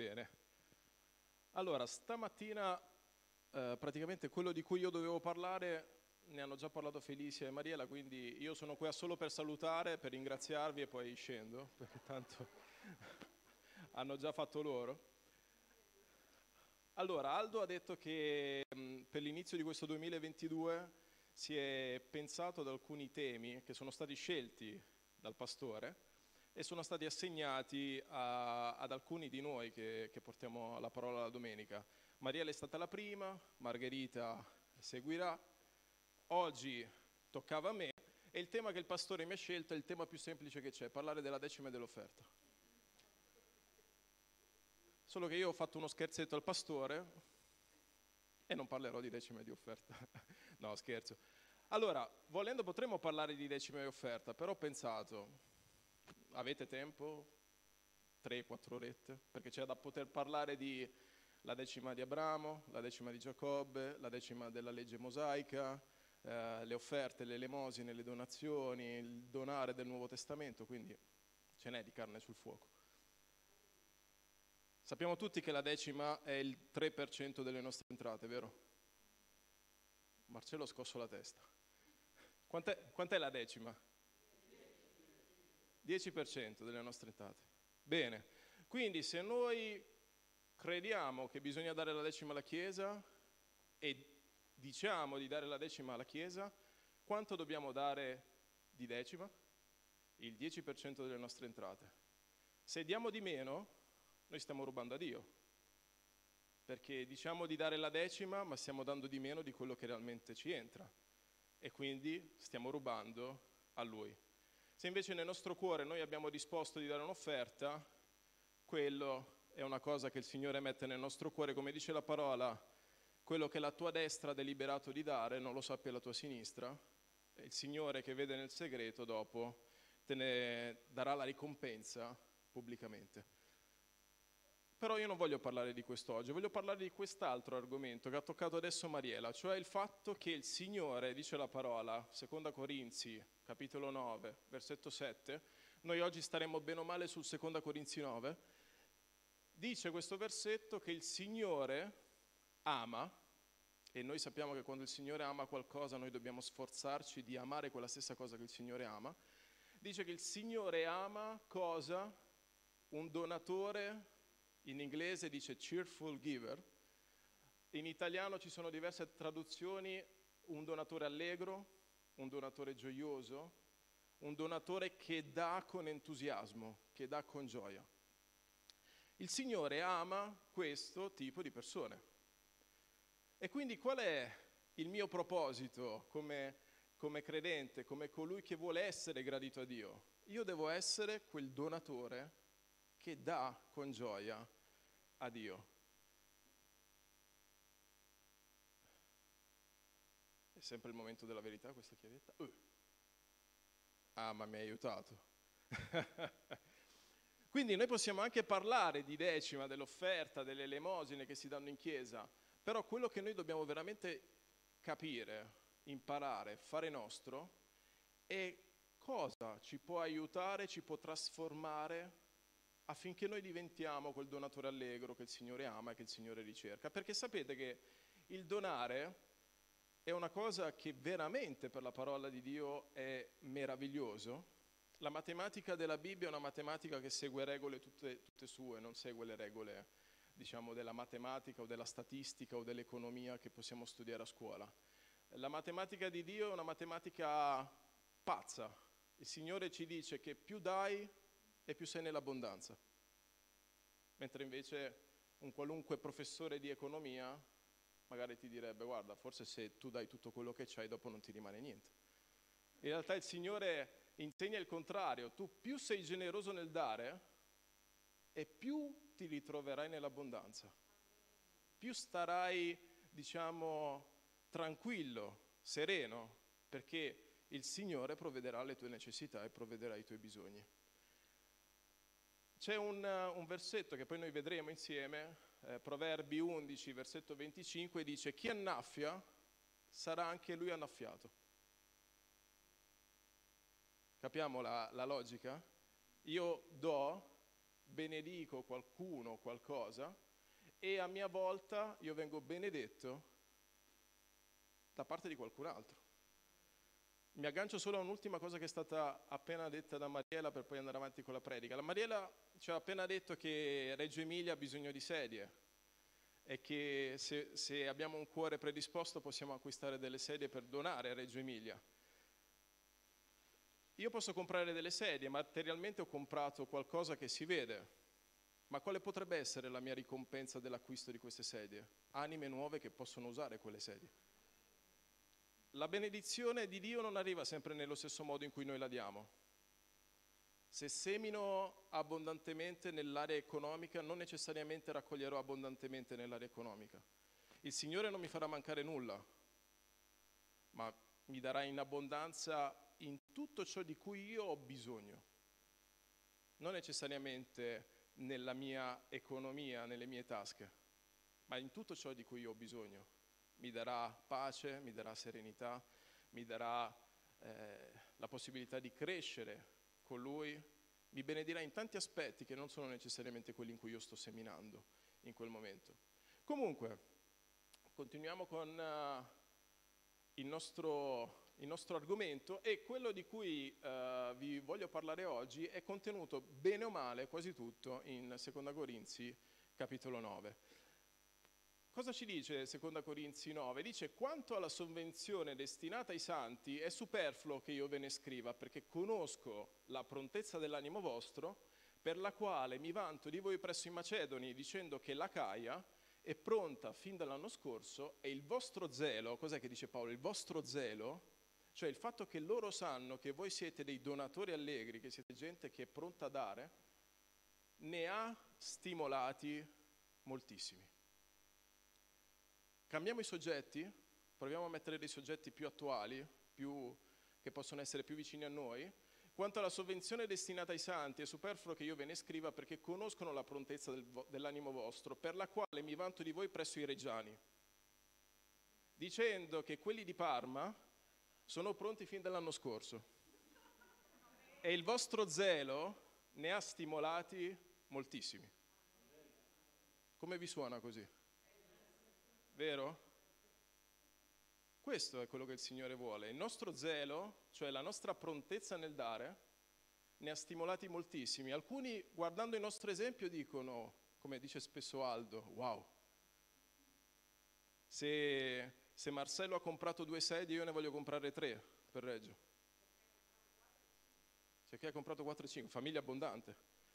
Bene. Allora, stamattina praticamente quello di cui io dovevo parlare ne hanno già parlato Felicia e Mariela, quindi io sono qua solo per salutare, per ringraziarvi e poi scendo, perché tanto hanno già fatto loro. Allora, Aldo ha detto che per l'inizio di questo 2022 si è pensato ad alcuni temi che sono stati scelti dal pastore e sono stati assegnati ad alcuni di noi che portiamo la parola la domenica. Mariella è stata la prima, Margherita seguirà, oggi toccava a me e il tema che il pastore mi ha scelto è il tema più semplice che c'è, parlare della decima e dell'offerta. Solo che io ho fatto uno scherzetto al pastore e non parlerò di decima e di offerta. No, scherzo. Allora, volendo potremmo parlare di decima e offerta, però ho pensato, avete tempo? 3-4 orette? Perché c'è da poter parlare di la decima di Abramo, la decima di Giacobbe, la decima della legge mosaica, le offerte, le elemosine, le donazioni, il donare del Nuovo Testamento, quindi ce n'è di carne sul fuoco. Sappiamo tutti che la decima è il 3% delle nostre entrate, vero? Marcello ha scosso la testa. Quant'è la decima? 10% delle nostre entrate. Bene, quindi se noi crediamo che bisogna dare la decima alla Chiesa e diciamo di dare la decima alla Chiesa, quanto dobbiamo dare di decima? Il 10% delle nostre entrate. Se diamo di meno, noi stiamo rubando a Dio, perché diciamo di dare la decima, ma stiamo dando di meno di quello che realmente ci entra, e quindi stiamo rubando a Lui. Se invece nel nostro cuore noi abbiamo disposto di dare un'offerta, quello è una cosa che il Signore mette nel nostro cuore, come dice la parola, quello che la tua destra ha deliberato di dare, non lo sappia la tua sinistra, e il Signore che vede nel segreto dopo te ne darà la ricompensa pubblicamente. Però io non voglio parlare di questo oggi, voglio parlare di quest'altro argomento che ha toccato adesso Mariela, cioè il fatto che il Signore, dice la parola, 2 Corinzi, capitolo 9, versetto 7, noi oggi staremo bene o male sul 2 Corinzi 9, dice questo versetto che il Signore ama, e noi sappiamo che quando il Signore ama qualcosa noi dobbiamo sforzarci di amare quella stessa cosa che il Signore ama, dice che il Signore ama cosa? Un donatore. In inglese dice cheerful giver, in italiano ci sono diverse traduzioni, un donatore allegro, un donatore gioioso, un donatore che dà con entusiasmo, che dà con gioia. Il Signore ama questo tipo di persone. E quindi qual è il mio proposito come credente, come colui che vuole essere gradito a Dio? Io devo essere quel donatore che dà con gioia a Dio. È sempre il momento della verità questa chiavetta? Ah, ma mi hai aiutato. Quindi noi possiamo anche parlare di decima, dell'offerta, delle elemosine che si danno in chiesa, però quello che noi dobbiamo veramente capire, imparare, fare nostro, è cosa ci può aiutare, ci può trasformare affinché noi diventiamo quel donatore allegro che il Signore ama e che il Signore ricerca. Perché sapete che il donare è una cosa che veramente per la parola di Dio è meraviglioso. La matematica della Bibbia è una matematica che segue regole tutte sue, non segue le regole, diciamo, della matematica o della statistica o dell'economia che possiamo studiare a scuola. La matematica di Dio è una matematica pazza. Il Signore ci dice che più dai e più sei nell'abbondanza. Mentre invece un qualunque professore di economia magari ti direbbe: guarda, forse se tu dai tutto quello che c'hai dopo non ti rimane niente. In realtà il Signore insegna il contrario: tu più sei generoso nel dare e più ti ritroverai nell'abbondanza, più starai, diciamo, tranquillo, sereno, perché il Signore provvederà alle tue necessità e provvederà ai tuoi bisogni. C'è un versetto che poi noi vedremo insieme, Proverbi 11, versetto 25, dice: chi annaffia sarà anche lui annaffiato. Capiamo la logica? Io do, benedico qualcuno o qualcosa e a mia volta io vengo benedetto da parte di qualcun altro. Mi aggancio solo a un'ultima cosa che è stata appena detta da Mariela per poi andare avanti con la predica. La Mariela ci ha appena detto che Reggio Emilia ha bisogno di sedie e che se abbiamo un cuore predisposto possiamo acquistare delle sedie per donare a Reggio Emilia. Io posso comprare delle sedie, materialmente ho comprato qualcosa che si vede, ma quale potrebbe essere la mia ricompensa dell'acquisto di queste sedie? Anime nuove che possono usare quelle sedie. La benedizione di Dio non arriva sempre nello stesso modo in cui noi la diamo. Se semino abbondantemente nell'area economica, non necessariamente raccoglierò abbondantemente nell'area economica. Il Signore non mi farà mancare nulla, ma mi darà in abbondanza in tutto ciò di cui io ho bisogno. Non necessariamente nella mia economia, nelle mie tasche, ma in tutto ciò di cui io ho bisogno. Mi darà pace, mi darà serenità, mi darà la possibilità di crescere con Lui, mi benedirà in tanti aspetti che non sono necessariamente quelli in cui io sto seminando in quel momento. Comunque, continuiamo con il nostro argomento e quello di cui vi voglio parlare oggi è contenuto bene o male, quasi tutto, in 2 Corinzi capitolo 9. Cosa ci dice 2 Corinzi 9? Dice: quanto alla sovvenzione destinata ai santi è superfluo che io ve ne scriva, perché conosco la prontezza dell'animo vostro, per la quale mi vanto di voi presso i Macedoni, dicendo che l'Acaia è pronta fin dall'anno scorso e il vostro zelo, cos'è che dice Paolo? Il vostro zelo, cioè il fatto che loro sanno che voi siete dei donatori allegri, che siete gente che è pronta a dare, ne ha stimolati moltissimi. Cambiamo i soggetti, proviamo a mettere dei soggetti più attuali, che possono essere più vicini a noi. Quanto alla sovvenzione destinata ai santi, è superfluo che io ve ne scriva, perché conoscono la prontezza dell'animo vostro, per la quale mi vanto di voi presso i reggiani, dicendo che quelli di Parma sono pronti fin dall'anno scorso e il vostro zelo ne ha stimolati moltissimi. Come vi suona così? Vero? Questo è quello che il Signore vuole. Il nostro zelo, cioè la nostra prontezza nel dare, ne ha stimolati moltissimi. Alcuni, guardando il nostro esempio, dicono, come dice spesso Aldo, wow, se Marcello ha comprato 2 sedie, io ne voglio comprare 3 per Reggio. C'è chi ha comprato 4 e 5, famiglia abbondante.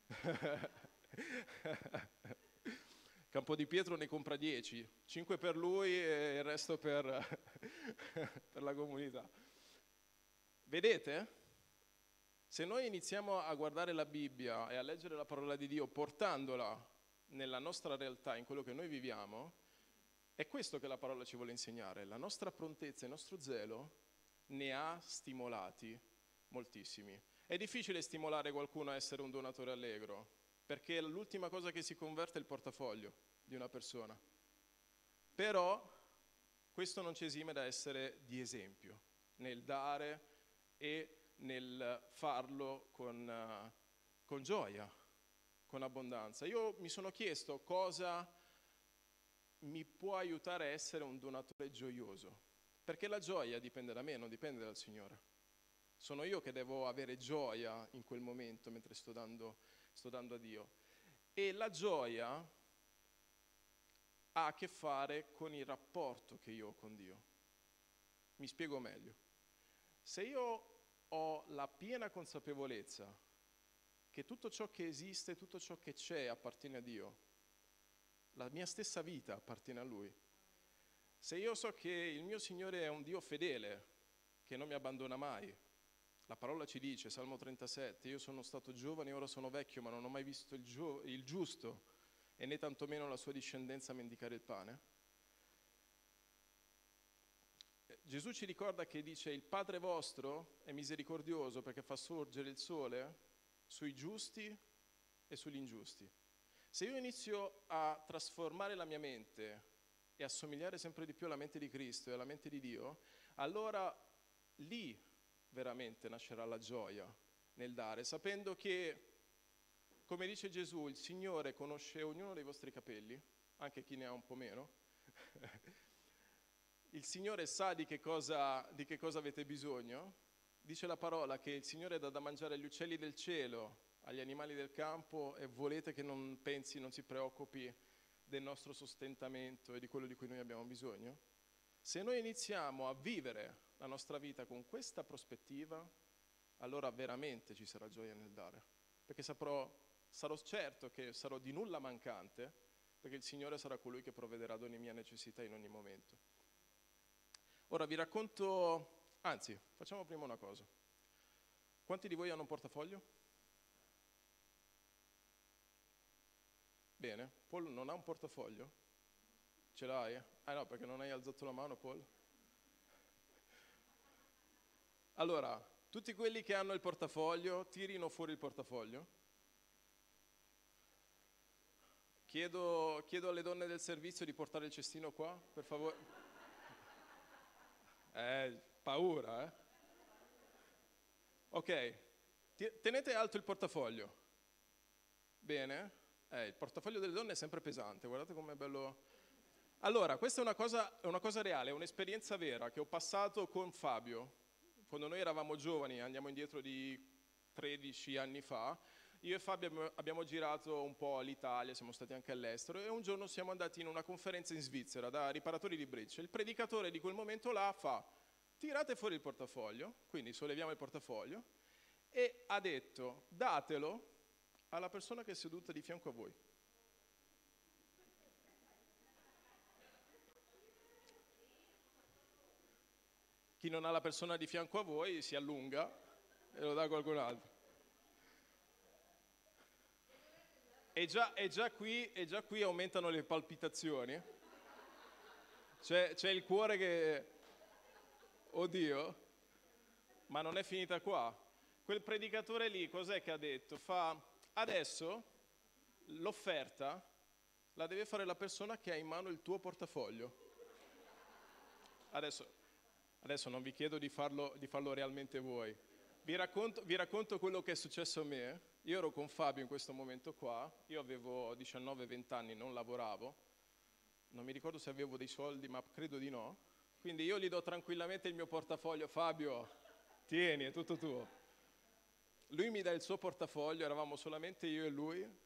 Campo di Pietro ne compra 10, 5 per lui e il resto per la comunità. Vedete? Se noi iniziamo a guardare la Bibbia e a leggere la parola di Dio portandola nella nostra realtà, in quello che noi viviamo, è questo che la parola ci vuole insegnare. La nostra prontezza, il nostro zelo ne ha stimolati moltissimi. È difficile stimolare qualcuno a essere un donatore allegro, perché l'ultima cosa che si converte è il portafoglio di una persona. Però questo non ci esime da essere di esempio nel dare e nel farlo con gioia, con abbondanza. Io mi sono chiesto cosa mi può aiutare a essere un donatore gioioso, perché la gioia dipende da me, non dipende dal Signore. Sono io che devo avere gioia in quel momento mentre sto dando a Dio. E la gioia ha a che fare con il rapporto che io ho con Dio. Mi spiego meglio. Se io ho la piena consapevolezza che tutto ciò che esiste, tutto ciò che c'è appartiene a Dio, la mia stessa vita appartiene a Lui. Se io so che il mio Signore è un Dio fedele, che non mi abbandona mai, la parola ci dice, Salmo 37, io sono stato giovane e ora sono vecchio, ma non ho mai visto il giusto e né tantomeno la sua discendenza mendicare il pane. Gesù ci ricorda che dice: il Padre vostro è misericordioso perché fa sorgere il sole sui giusti e sugli ingiusti. Se io inizio a trasformare la mia mente e assomigliare sempre di più alla mente di Cristo e alla mente di Dio, allora lì veramente nascerà la gioia nel dare, sapendo che come dice Gesù, il Signore conosce ognuno dei vostri capelli, anche chi ne ha un po' meno. Il Signore sa di che cosa avete bisogno. Dice la parola che il Signore dà da mangiare agli uccelli del cielo, agli animali del campo, e volete che non pensi, non si preoccupi del nostro sostentamento e di quello di cui noi abbiamo bisogno? Se noi iniziamo a vivere la nostra vita con questa prospettiva, allora veramente ci sarà gioia nel dare, perché sarò certo che sarò di nulla mancante, perché il Signore sarà colui che provvederà ad ogni mia necessità in ogni momento. Ora vi racconto, anzi, facciamo prima una cosa. Quanti di voi hanno un portafoglio? Bene, Paul non ha un portafoglio? Ce l'hai? Ah no, perché non hai alzato la mano, Paul? Allora, tutti quelli che hanno il portafoglio, tirino fuori il portafoglio. Chiedo alle donne del servizio di portare il cestino qua, per favore. Paura, eh? Ok, tenete alto il portafoglio. Bene? Il portafoglio delle donne è sempre pesante, guardate com'è bello. Allora, questa è una cosa reale, è un'esperienza vera che ho passato con Fabio. Quando noi eravamo giovani, andiamo indietro di 13 anni fa, io e Fabio abbiamo girato un po' l'Italia, siamo stati anche all'estero, e un giorno siamo andati in una conferenza in Svizzera da riparatori di brecce. Il predicatore di quel momento là fa: tirate fuori il portafoglio, quindi solleviamo il portafoglio, e ha detto: datelo alla persona che è seduta di fianco a voi. Chi non ha la persona di fianco a voi si allunga e lo dà a qualcun altro. E già qui aumentano le palpitazioni. C'è il cuore che... Oddio, ma non è finita qua. Quel predicatore lì cos'è che ha detto? Fa: adesso l'offerta la deve fare la persona che ha in mano il tuo portafoglio. Adesso non vi chiedo di farlo realmente voi. Vi racconto quello che è successo a me. Io ero con Fabio in questo momento qua, io avevo 19-20 anni, non lavoravo, non mi ricordo se avevo dei soldi, ma credo di no. Quindi io gli do tranquillamente il mio portafoglio: Fabio, tieni, è tutto tuo. Lui mi dà il suo portafoglio, eravamo solamente io e lui.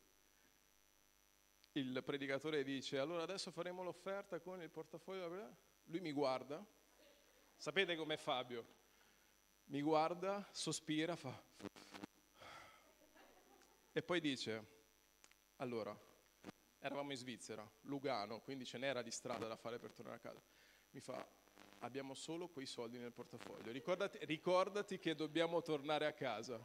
Il predicatore dice: allora adesso faremo l'offerta con il portafoglio. Lui mi guarda, sapete com'è Fabio? Mi guarda, sospira, fa... E poi dice: allora, eravamo in Svizzera, Lugano, quindi ce n'era di strada da fare per tornare a casa. Mi fa: abbiamo solo quei soldi nel portafoglio, ricordati che dobbiamo tornare a casa.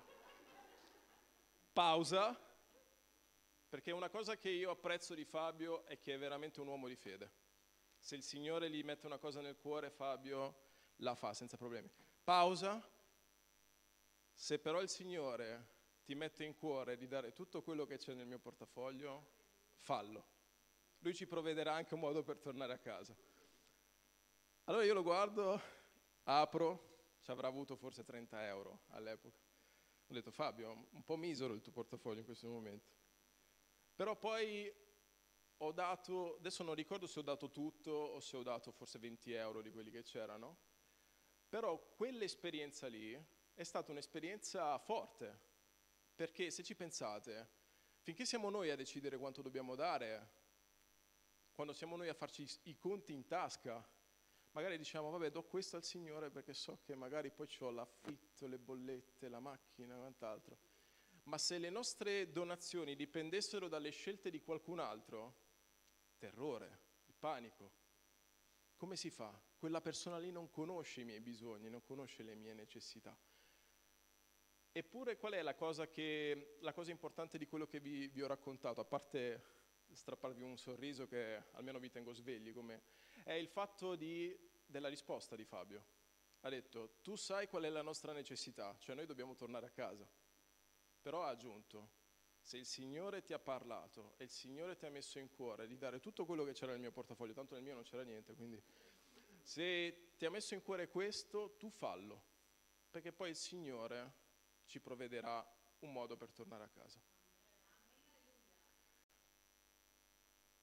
Pausa, perché una cosa che io apprezzo di Fabio è che è veramente un uomo di fede. Se il Signore gli mette una cosa nel cuore, Fabio la fa senza problemi. Pausa. Se però il Signore ti mette in cuore di dare tutto quello che c'è nel mio portafoglio, fallo. Lui ci provvederà anche un modo per tornare a casa. Allora io lo guardo, apro, ci avrà avuto forse 30 euro all'epoca. Ho detto: Fabio, un po' misero il tuo portafoglio in questo momento. Però poi ho dato, adesso non ricordo se ho dato tutto o se ho dato forse 20 euro di quelli che c'erano, però quell'esperienza lì è stata un'esperienza forte, perché se ci pensate, finché siamo noi a decidere quanto dobbiamo dare, quando siamo noi a farci i conti in tasca, magari diciamo: vabbè, do questo al Signore perché so che magari poi ho l'affitto, le bollette, la macchina e quant'altro. Ma se le nostre donazioni dipendessero dalle scelte di qualcun altro, terrore, il panico. Come si fa? Quella persona lì non conosce i miei bisogni, non conosce le mie necessità. Eppure qual è la cosa importante di quello che vi ho raccontato, a parte strapparvi un sorriso che almeno vi tengo svegli, è il fatto della risposta di Fabio. Ha detto: tu sai qual è la nostra necessità, cioè noi dobbiamo tornare a casa. Però ha aggiunto: se il Signore ti ha parlato e il Signore ti ha messo in cuore di dare tutto quello che c'era nel mio portafoglio, tanto nel mio non c'era niente, quindi se ti ha messo in cuore questo, tu fallo, perché poi il Signore ci provvederà un modo per tornare a casa.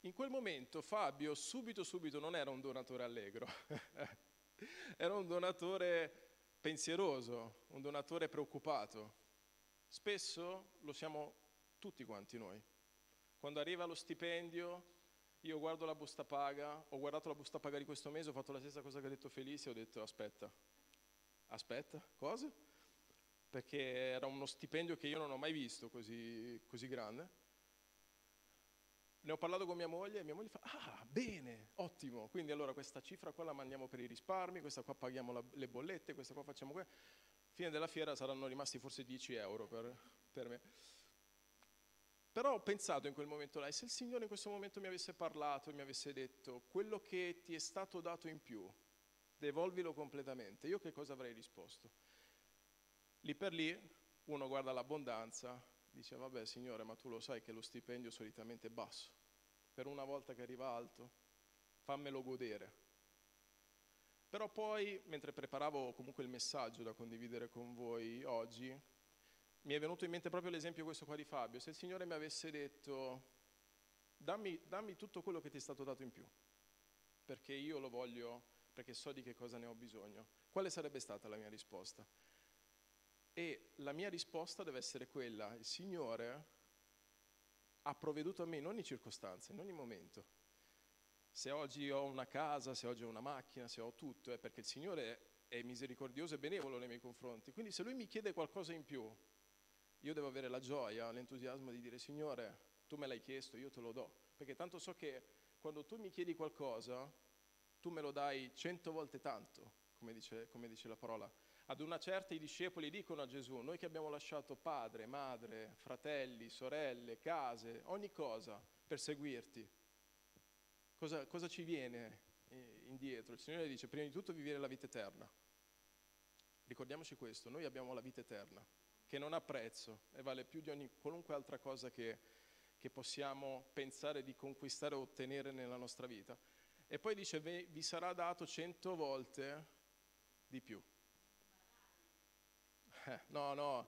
In quel momento Fabio subito non era un donatore allegro, era un donatore pensieroso, un donatore preoccupato. Spesso lo siamo tutti quanti noi. Quando arriva lo stipendio, io guardo la busta paga, ho guardato la busta paga di questo mese, ho fatto la stessa cosa che ha detto Felice, ho detto aspetta, cosa? Perché era uno stipendio che io non ho mai visto così grande. Ne ho parlato con mia moglie e mia moglie fa, bene, ottimo, quindi allora questa cifra qua la mandiamo per i risparmi, questa qua paghiamo le bollette, questa qua facciamo questo. Fine della fiera saranno rimasti forse 10 euro per me. Però ho pensato in quel momento là, e se il Signore in questo momento mi avesse parlato e mi avesse detto, quello che ti è stato dato in più, devolvilo completamente, io che cosa avrei risposto? Lì per lì uno guarda l'abbondanza, dice vabbè Signore, ma tu lo sai che lo stipendio solitamente è basso, per una volta che arriva alto, fammelo godere. Però poi, mentre preparavo comunque il messaggio da condividere con voi oggi, mi è venuto in mente proprio l'esempio questo qua di Fabio. Se il Signore mi avesse detto dammi tutto quello che ti è stato dato in più, perché io lo voglio, perché so di che cosa ne ho bisogno, quale sarebbe stata la mia risposta? E la mia risposta deve essere quella: il Signore ha provveduto a me in ogni circostanza, in ogni momento. Se oggi ho una casa, se oggi ho una macchina, se ho tutto, è perché il Signore è misericordioso e benevolo nei miei confronti. Quindi se Lui mi chiede qualcosa in più, io devo avere la gioia, l'entusiasmo di dire Signore, tu me l'hai chiesto, io te lo do. Perché tanto so che quando tu mi chiedi qualcosa, tu me lo dai 100 volte tanto, come dice la parola. Ad una certa i discepoli dicono a Gesù, noi che abbiamo lasciato padre, madre, fratelli, sorelle, case, ogni cosa per seguirti, cosa ci viene indietro? Il Signore dice, prima di tutto vivere la vita eterna. Ricordiamoci questo, noi abbiamo la vita eterna, che non ha prezzo e vale più di qualunque altra cosa che possiamo pensare di conquistare o ottenere nella nostra vita. E poi dice, vi sarà dato 100 volte di più. No,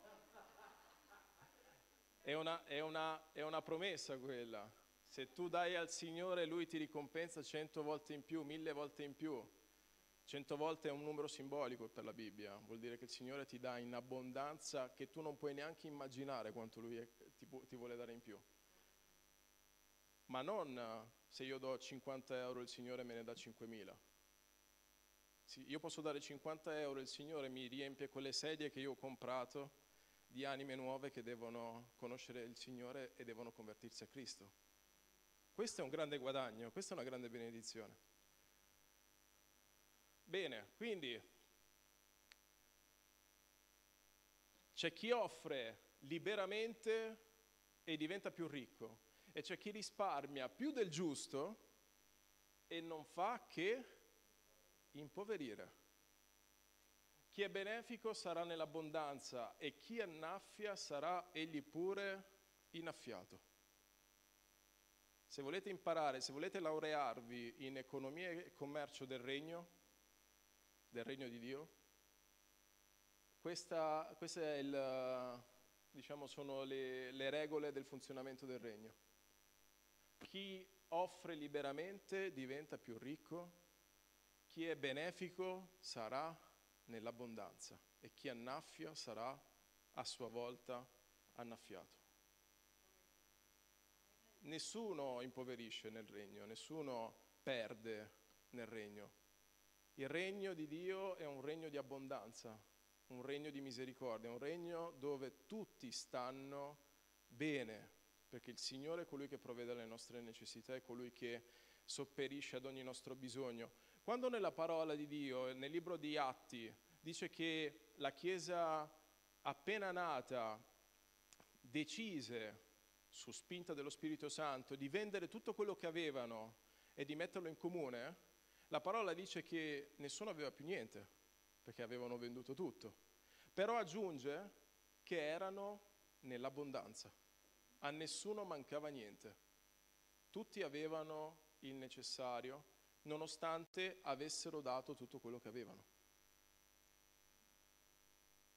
è una promessa quella. Se tu dai al Signore, Lui ti ricompensa 100 volte in più, 1000 volte in più. 100 volte è un numero simbolico per la Bibbia, vuol dire che il Signore ti dà in abbondanza che tu non puoi neanche immaginare quanto Lui ti vuole dare in più. Ma non se io do 50 euro il Signore me ne dà 5.000. Sì, io posso dare 50 euro e il Signore mi riempie quelle sedie che io ho comprato di anime nuove che devono conoscere il Signore e devono convertirsi a Cristo. Questo è un grande guadagno, questa è una grande benedizione. Bene, quindi c'è chi offre liberamente e diventa più ricco e c'è chi risparmia più del giusto e non fa che impoverire. Chi è benefico sarà nell'abbondanza e chi annaffia sarà egli pure innaffiato. Se volete imparare, se volete laurearvi in economia e commercio del regno di Dio, questa è sono le regole del funzionamento del regno. Chi offre liberamente diventa più ricco, chi è benefico sarà nell'abbondanza e chi annaffia sarà a sua volta annaffiato. Nessuno impoverisce nel regno, nessuno perde nel regno. Il regno di Dio è un regno di abbondanza, un regno di misericordia, un regno dove tutti stanno bene, perché il Signore è colui che provvede alle nostre necessità, è colui che sopperisce ad ogni nostro bisogno. Quando nella parola di Dio, nel libro di Atti, dice che la Chiesa appena nata decise, su spinta dello Spirito Santo, di vendere tutto quello che avevano e di metterlo in comune, la parola dice che nessuno aveva più niente, perché avevano venduto tutto. Però aggiunge che erano nell'abbondanza. A nessuno mancava niente. Tutti avevano il necessario, nonostante avessero dato tutto quello che avevano.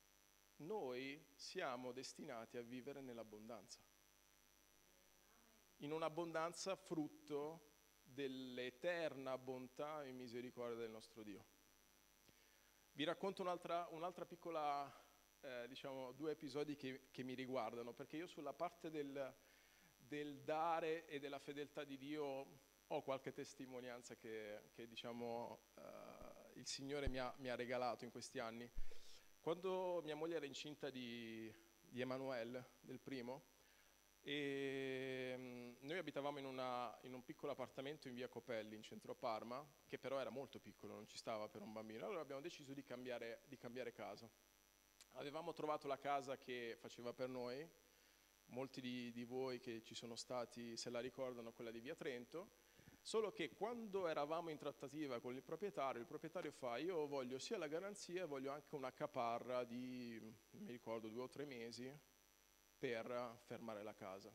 Noi siamo destinati a vivere nell'abbondanza. in un'abbondanza frutto dell'eterna bontà e misericordia del nostro Dio. Vi racconto un'altra piccola, diciamo, 2 episodi che mi riguardano, perché io sulla parte del dare e della fedeltà di Dio ho qualche testimonianza che diciamo, il Signore mi ha regalato in questi anni. Quando mia moglie era incinta di Emanuele, del primo, e noi abitavamo in un piccolo appartamento in via Copelli, in centro a Parma, che però era molto piccolo, non ci stava per un bambino. Allora abbiamo deciso di cambiare casa. Avevamo trovato la casa che faceva per noi, molti di voi che ci sono stati se la ricordano, quella di via Trento, solo che quando eravamo in trattativa con il proprietario fa: io voglio sia la garanzia e voglio anche una caparra di, non mi ricordo, 2 o 3 mesi per fermare la casa.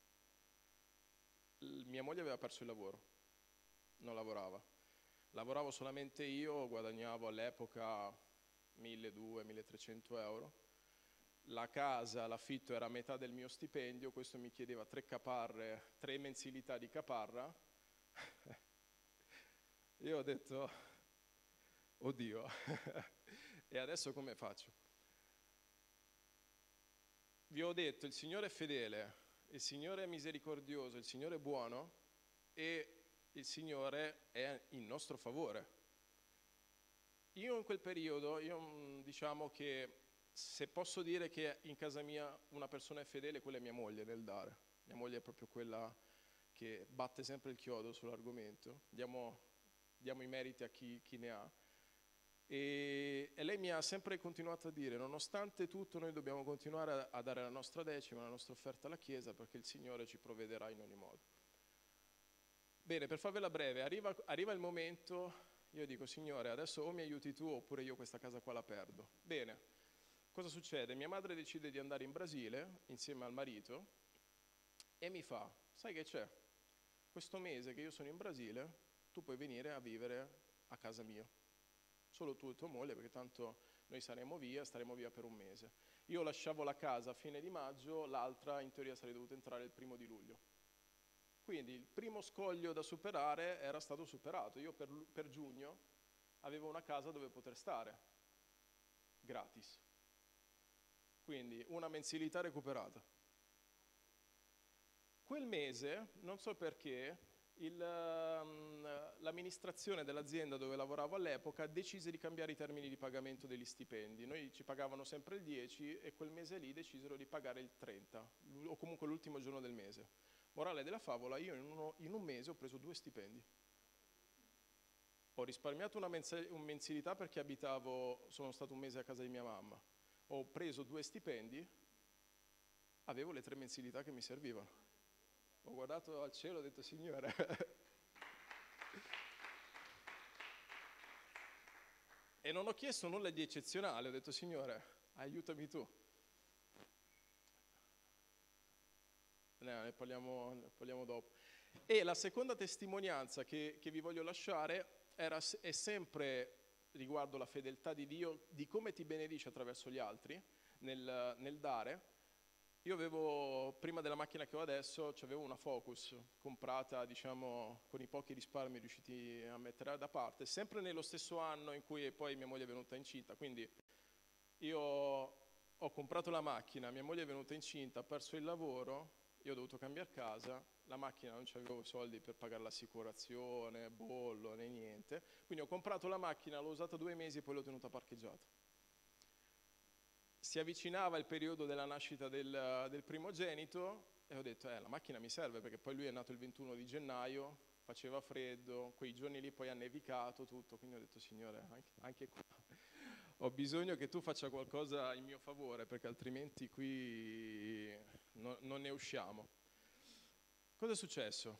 Mia moglie aveva perso il lavoro, non lavorava. Lavoravo solamente io, guadagnavo all'epoca 1.200-1.300 euro. La casa, l'affitto era a metà del mio stipendio, questo mi chiedeva 3 caparre, 3 mensilità di caparra. Io ho detto, oddio, e adesso come faccio? Vi ho detto, il Signore è fedele, il Signore è misericordioso, il Signore è buono e il Signore è in nostro favore. Io in quel periodo, diciamo che se posso dire che in casa mia una persona è fedele, quella è mia moglie nel dare. Mia moglie è proprio quella che batte sempre il chiodo sull'argomento, diamo i meriti a chi ne ha. E lei mi ha sempre continuato a dire: nonostante tutto noi dobbiamo continuare a dare la nostra decima, la nostra offerta alla Chiesa, perché il Signore ci provvederà in ogni modo. Bene, per farvela breve, arriva il momento, io dico: Signore, adesso o mi aiuti tu oppure io questa casa qua la perdo. Bene, cosa succede? Mia madre decide di andare in Brasile insieme al marito e mi fa: sai che c'è? Questo mese che io sono in Brasile tu puoi venire a vivere a casa mia. Solo tu e tua moglie, perché tanto noi staremo via per un mese. Io lasciavo la casa a fine di maggio, l'altra in teoria sarei dovuta entrare il 1° luglio. Quindi il primo scoglio da superare era stato superato. Io per giugno avevo una casa dove poter stare, gratis. Quindi una mensilità recuperata. Quel mese, non so perché, l'amministrazione dell'azienda dove lavoravo all'epoca decise di cambiare i termini di pagamento degli stipendi. Noi ci pagavano sempre il 10 e quel mese lì decisero di pagare il 30, o comunque l'ultimo giorno del mese. Morale della favola, io in un mese ho preso 2 stipendi. Ho risparmiato una mensilità perché sono stato un mese a casa di mia mamma. Ho preso 2 stipendi, avevo le 3 mensilità che mi servivano. Ho guardato al cielo e ho detto: Signore. E non ho chiesto nulla di eccezionale, ho detto: Signore, aiutami tu. Ne parliamo dopo. E la seconda testimonianza che vi voglio lasciare è sempre riguardo la fedeltà di Dio, di come ti benedice attraverso gli altri nel dare. Io avevo, prima della macchina che ho adesso, avevo una Focus comprata, diciamo, con i pochi risparmi riusciti a mettere da parte, sempre nello stesso anno in cui poi mia moglie è venuta incinta. Quindi io ho comprato la macchina, mia moglie è venuta incinta, ha perso il lavoro, io ho dovuto cambiare casa, la macchina non avevo soldi per pagare l'assicurazione, bollo, né niente. Quindi ho comprato la macchina, l'ho usata 2 mesi e poi l'ho tenuta parcheggiata. Si avvicinava il periodo della nascita del primogenito e ho detto: la macchina mi serve, perché poi lui è nato il 21 di gennaio, faceva freddo, quei giorni lì poi ha nevicato tutto, quindi ho detto: Signore, anche qua ho bisogno che tu faccia qualcosa in mio favore, perché altrimenti qui non ne usciamo. Cosa è successo?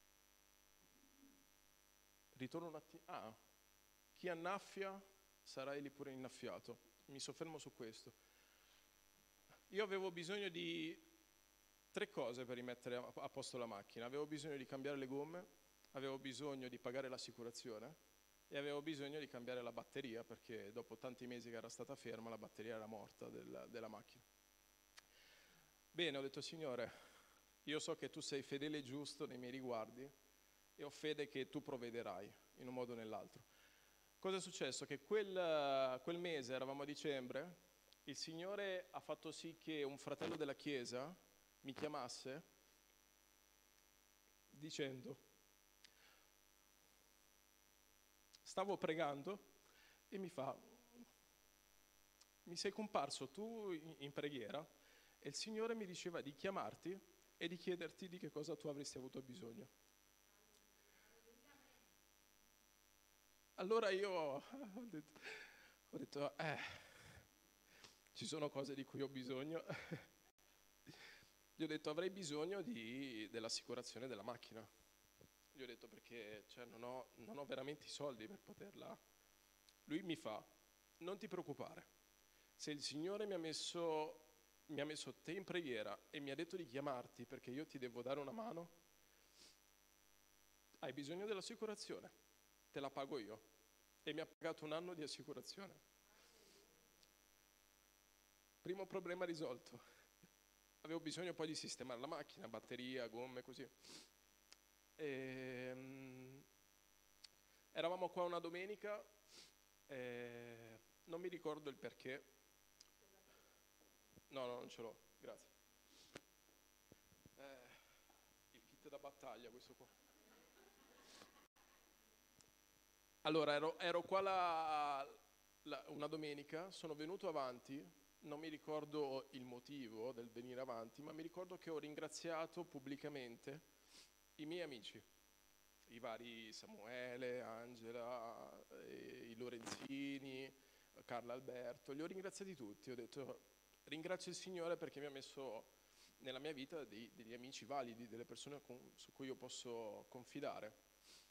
Ritorno un attimo. Chi annaffia sarà egli pure innaffiato. Mi soffermo su questo. Io avevo bisogno di 3 cose per rimettere a posto la macchina. Avevo bisogno di cambiare le gomme, avevo bisogno di pagare l'assicurazione e avevo bisogno di cambiare la batteria, perché dopo tanti mesi che era stata ferma la batteria era morta della macchina. Bene, ho detto: Signore, io so che tu sei fedele e giusto nei miei riguardi e ho fede che tu provvederai in un modo o nell'altro. Cosa è successo? Che quel mese, eravamo a dicembre, il Signore ha fatto sì che un fratello della Chiesa mi chiamasse dicendo, stavo pregando e mi fa, mi sei comparso tu in preghiera e il Signore mi diceva di chiamarti e di chiederti di che cosa tu avresti avuto bisogno. Allora io ho detto ci sono cose di cui ho bisogno. Gli ho detto avrei bisogno dell'assicurazione della macchina. Gli ho detto perché non ho veramente i soldi per poterla. Lui mi fa, non ti preoccupare, se il Signore mi ha messo te in preghiera e mi ha detto di chiamarti perché io ti devo dare una mano, hai bisogno dell'assicurazione, te la pago io. E mi ha pagato 1 anno di assicurazione. Primo problema risolto. Avevo bisogno poi di sistemare la macchina, batteria, gomme, così. Eravamo qua una domenica, non mi ricordo il perché. No, non ce l'ho, grazie. Il kit da battaglia, questo qua. Allora, ero qua una domenica, sono venuto avanti, non mi ricordo il motivo del venire avanti, ma mi ricordo che ho ringraziato pubblicamente i miei amici, i vari Samuele, Angela, i Lorenzini, Carlo Alberto, li ho ringraziati tutti, ho detto ringrazio il Signore perché mi ha messo nella mia vita degli amici validi, delle persone su cui io posso confidare.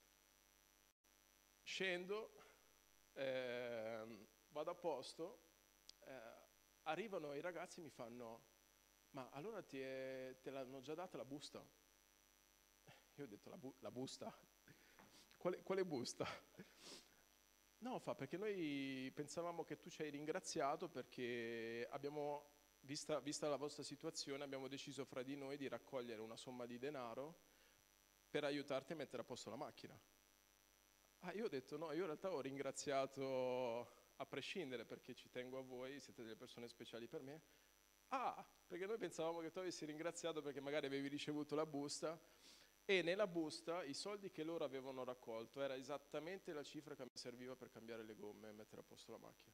Scendo, vado a posto, arrivano i ragazzi e mi fanno, ma allora te l'hanno già data la busta? Io ho detto, la busta? Quale busta? No, perché noi pensavamo che tu ci hai ringraziato perché abbiamo, vista la vostra situazione, abbiamo deciso fra di noi di raccogliere una somma di denaro per aiutarti a mettere a posto la macchina. Io ho detto no, io in realtà ho ringraziato a prescindere perché ci tengo a voi, siete delle persone speciali per me. Perché noi pensavamo che tu avessi ringraziato perché magari avevi ricevuto la busta e nella busta i soldi che loro avevano raccolto era esattamente la cifra che mi serviva per cambiare le gomme e mettere a posto la macchina.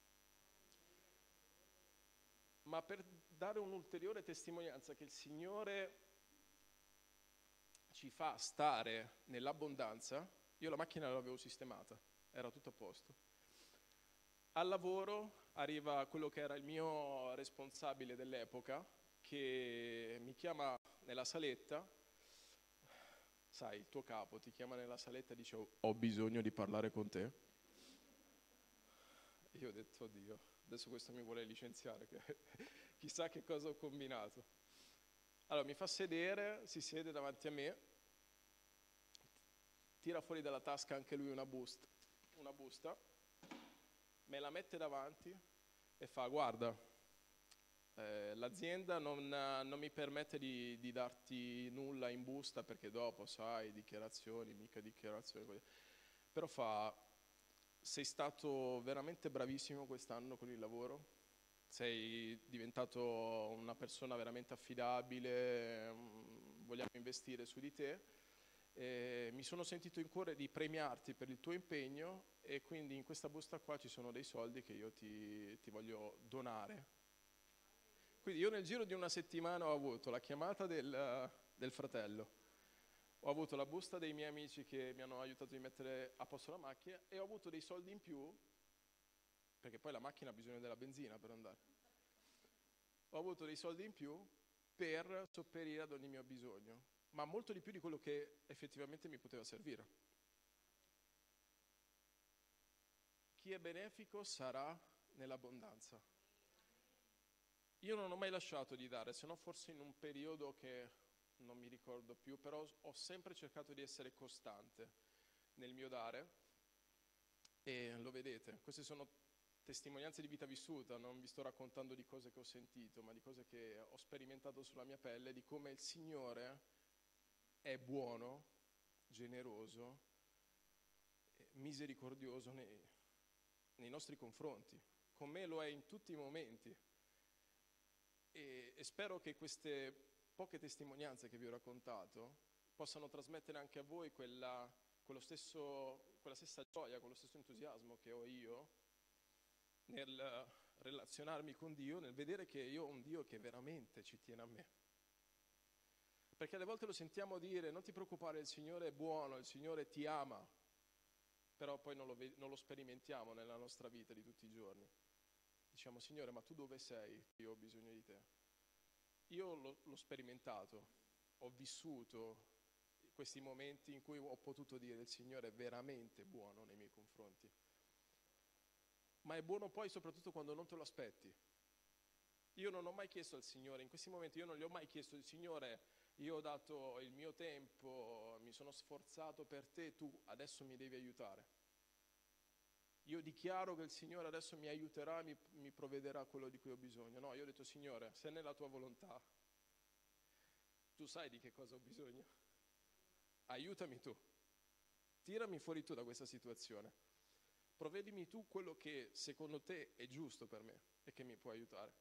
Ma per dare un'ulteriore testimonianza che il Signore ci fa stare nell'abbondanza, io la macchina l'avevo sistemata, era tutto a posto. Al lavoro arriva quello che era il mio responsabile dell'epoca, che mi chiama nella saletta, sai, il tuo capo ti chiama nella saletta e dice ho bisogno di parlare con te. E io ho detto, oddio, adesso questo mi vuole licenziare, che chissà che cosa ho combinato. Allora mi fa sedere, si siede davanti a me, tira fuori dalla tasca anche lui una busta, me la mette davanti e fa, guarda, l'azienda non mi permette di darti nulla in busta perché dopo, sai, dichiarazioni, però sei stato veramente bravissimo quest'anno con il lavoro, sei diventato una persona veramente affidabile, vogliamo investire su di te. Mi sono sentito in cuore di premiarti per il tuo impegno e quindi in questa busta qua ci sono dei soldi che io ti voglio donare. Quindi io nel giro di una settimana ho avuto la chiamata del fratello, ho avuto la busta dei miei amici che mi hanno aiutato a mettere a posto la macchina e ho avuto dei soldi in più, perché poi la macchina ha bisogno della benzina per andare. Ho avuto dei soldi in più per sopperire ad ogni mio bisogno, ma molto di più di quello che effettivamente mi poteva servire. Chi è benefico sarà nell'abbondanza. Io non ho mai lasciato di dare, se no forse in un periodo che non mi ricordo più, però ho sempre cercato di essere costante nel mio dare e lo vedete, queste sono testimonianze di vita vissuta, non vi sto raccontando di cose che ho sentito, ma di cose che ho sperimentato sulla mia pelle, di come il Signore è buono, generoso, misericordioso nei nostri confronti. Con me lo è in tutti i momenti. E spero che queste poche testimonianze che vi ho raccontato possano trasmettere anche a voi quella stessa gioia, quello stesso entusiasmo che ho io nel relazionarmi con Dio, nel vedere che io ho un Dio che veramente ci tiene a me. Perché alle volte lo sentiamo dire: non ti preoccupare, il Signore è buono, il Signore ti ama, però poi non lo sperimentiamo nella nostra vita di tutti i giorni. Diciamo: Signore, ma tu dove sei? Io ho bisogno di te. Io l'ho sperimentato, ho vissuto questi momenti in cui ho potuto dire: il Signore è veramente buono nei miei confronti. Ma è buono poi soprattutto quando non te lo aspetti. Io non ho mai chiesto al Signore, in questi momenti io non gli ho mai chiesto: il Signore, io ho dato il mio tempo, mi sono sforzato per te, tu adesso mi devi aiutare. Io dichiaro che il Signore adesso mi aiuterà, mi provvederà quello di cui ho bisogno. No, io ho detto: Signore, se è nella tua volontà, tu sai di che cosa ho bisogno. Aiutami tu. Tirami fuori tu da questa situazione. Provvedimi tu quello che secondo te è giusto per me e che mi può aiutare.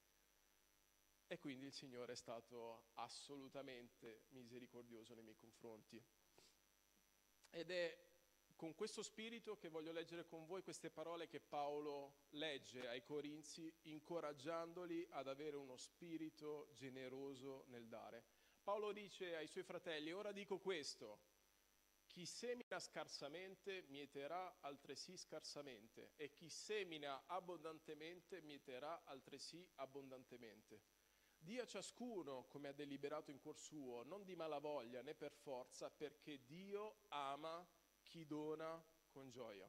E quindi il Signore è stato assolutamente misericordioso nei miei confronti. Ed è con questo spirito che voglio leggere con voi queste parole che Paolo legge ai Corinzi, incoraggiandoli ad avere uno spirito generoso nel dare. Paolo dice ai suoi fratelli: ora dico questo, chi semina scarsamente mieterà altresì scarsamente, e chi semina abbondantemente mieterà altresì abbondantemente. Dia a ciascuno come ha deliberato in cuor suo, non di malavoglia né per forza, perché Dio ama chi dona con gioia.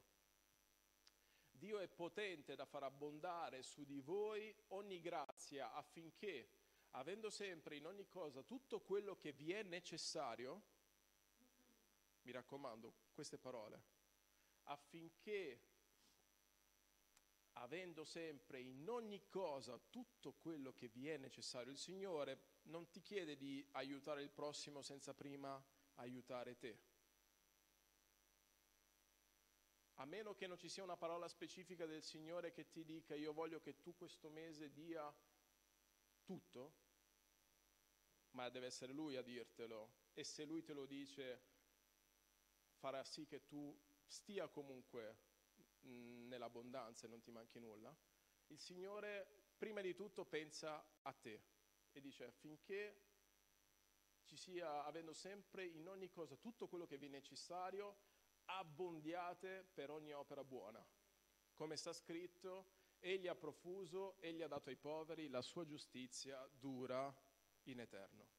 Dio è potente da far abbondare su di voi ogni grazia, affinché, avendo sempre in ogni cosa tutto quello che vi è necessario, mi raccomando, queste parole, affinché, avendo sempre in ogni cosa tutto quello che vi è necessario, il Signore non ti chiede di aiutare il prossimo senza prima aiutare te. A meno che non ci sia una parola specifica del Signore che ti dica: io voglio che tu questo mese dia tutto, ma deve essere Lui a dirtelo, e se Lui te lo dice farà sì che tu stia comunque nell'abbondanza e non ti manchi nulla. Il Signore prima di tutto pensa a te e dice: affinché ci sia, avendo sempre in ogni cosa tutto quello che vi è necessario, abbondiate per ogni opera buona. Come sta scritto: egli ha profuso, egli ha dato ai poveri, la sua giustizia dura in eterno.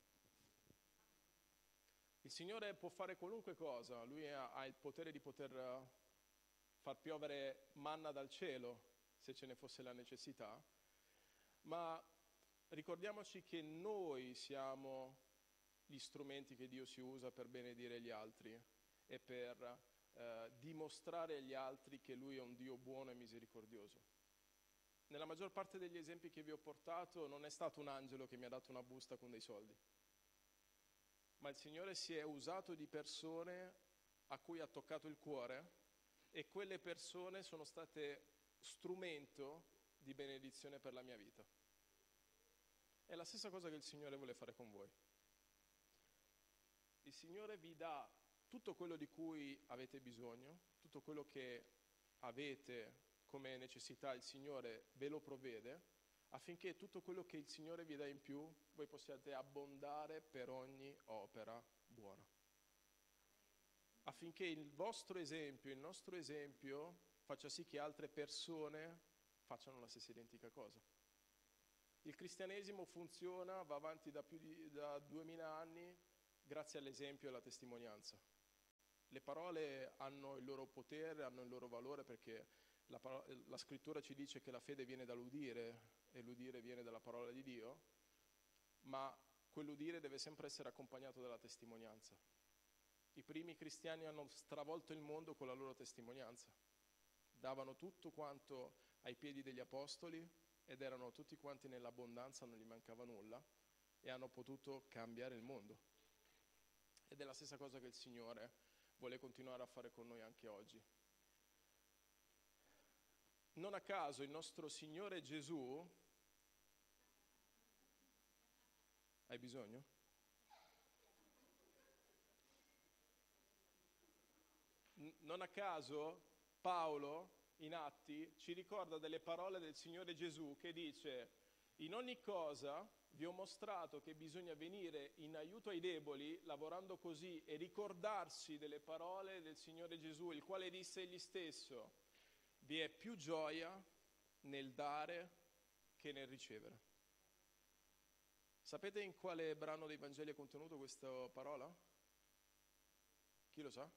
Il Signore può fare qualunque cosa, Lui ha il potere di poter far piovere manna dal cielo, se ce ne fosse la necessità, ma ricordiamoci che noi siamo gli strumenti che Dio si usa per benedire gli altri e per dimostrare agli altri che Lui è un Dio buono e misericordioso. Nella maggior parte degli esempi che vi ho portato non è stato un angelo che mi ha dato una busta con dei soldi, ma il Signore si è usato di persone a cui ha toccato il cuore, e quelle persone sono state strumento di benedizione per la mia vita. È la stessa cosa che il Signore vuole fare con voi. Il Signore vi dà tutto quello di cui avete bisogno, tutto quello che avete come necessità, il Signore ve lo provvede, affinché tutto quello che il Signore vi dà in più, voi possiate abbondare per ogni opera buona. Affinché il vostro esempio, il nostro esempio, faccia sì che altre persone facciano la stessa identica cosa. Il cristianesimo funziona, va avanti da 2000 anni, grazie all'esempio e alla testimonianza. Le parole hanno il loro potere, hanno il loro valore, perché la scrittura ci dice che la fede viene dall'udire e l'udire viene dalla parola di Dio, ma quell'udire deve sempre essere accompagnato dalla testimonianza. I primi cristiani hanno stravolto il mondo con la loro testimonianza. Davano tutto quanto ai piedi degli apostoli ed erano tutti quanti nell'abbondanza, non gli mancava nulla e hanno potuto cambiare il mondo. Ed è la stessa cosa che il Signore vuole continuare a fare con noi anche oggi. Non a caso il nostro Signore Gesù... Hai bisogno? Non a caso Paolo in Atti ci ricorda delle parole del Signore Gesù che dice: in ogni cosa vi ho mostrato che bisogna venire in aiuto ai deboli, lavorando così e ricordarsi delle parole del Signore Gesù, il quale disse egli stesso: vi è più gioia nel dare che nel ricevere. Sapete in quale brano dei Vangeli è contenuto questa parola? Chi lo sa?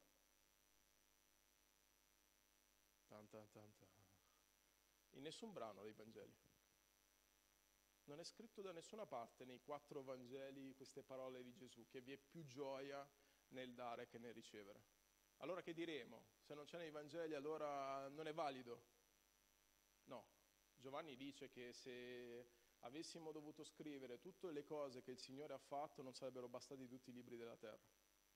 In nessun brano dei Vangeli. Non è scritto da nessuna parte nei 4 Vangeli queste parole di Gesù, che vi è più gioia nel dare che nel ricevere. Allora che diremo? Se non c'è nei Vangeli allora non è valido? No. Giovanni dice che se avessimo dovuto scrivere tutte le cose che il Signore ha fatto non sarebbero bastati tutti i libri della terra.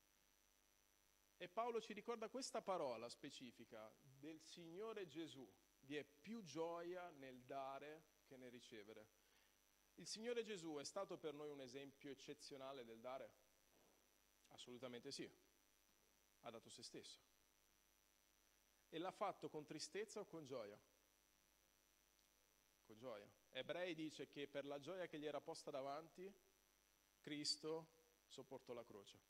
E Paolo ci ricorda questa parola specifica del Signore Gesù: vi è più gioia nel dare che nel ricevere. Il Signore Gesù è stato per noi un esempio eccezionale del dare? Assolutamente sì. Ha dato se stesso. E l'ha fatto con tristezza o con gioia? Con gioia. Ebrei dice che per la gioia che gli era posta davanti, Cristo sopportò la croce.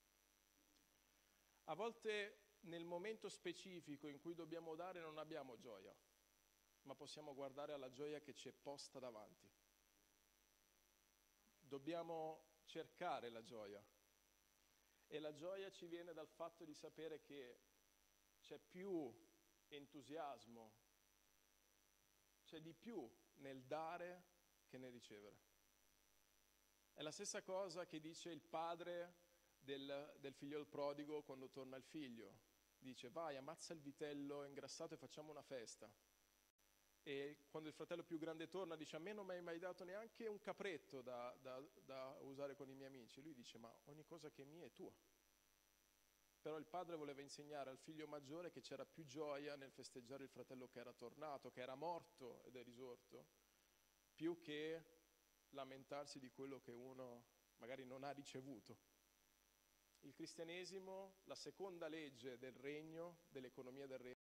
A volte nel momento specifico in cui dobbiamo dare non abbiamo gioia, ma possiamo guardare alla gioia che ci è posta davanti. Dobbiamo cercare la gioia e la gioia ci viene dal fatto di sapere che c'è più entusiasmo, c'è di più nel dare che nel ricevere. È la stessa cosa che dice il padre del figlio prodigo quando torna il figlio. Dice: vai, ammazza il vitello ingrassato e facciamo una festa. E quando il fratello più grande torna dice: a me non mi hai mai dato neanche un capretto da usare con i miei amici. Lui dice: ma ogni cosa che è mia è tua. Però il padre voleva insegnare al figlio maggiore che c'era più gioia nel festeggiare il fratello che era tornato, che era morto ed è risorto, più che lamentarsi di quello che uno magari non ha ricevuto. Il cristianesimo, la seconda legge del regno, dell'economia del regno,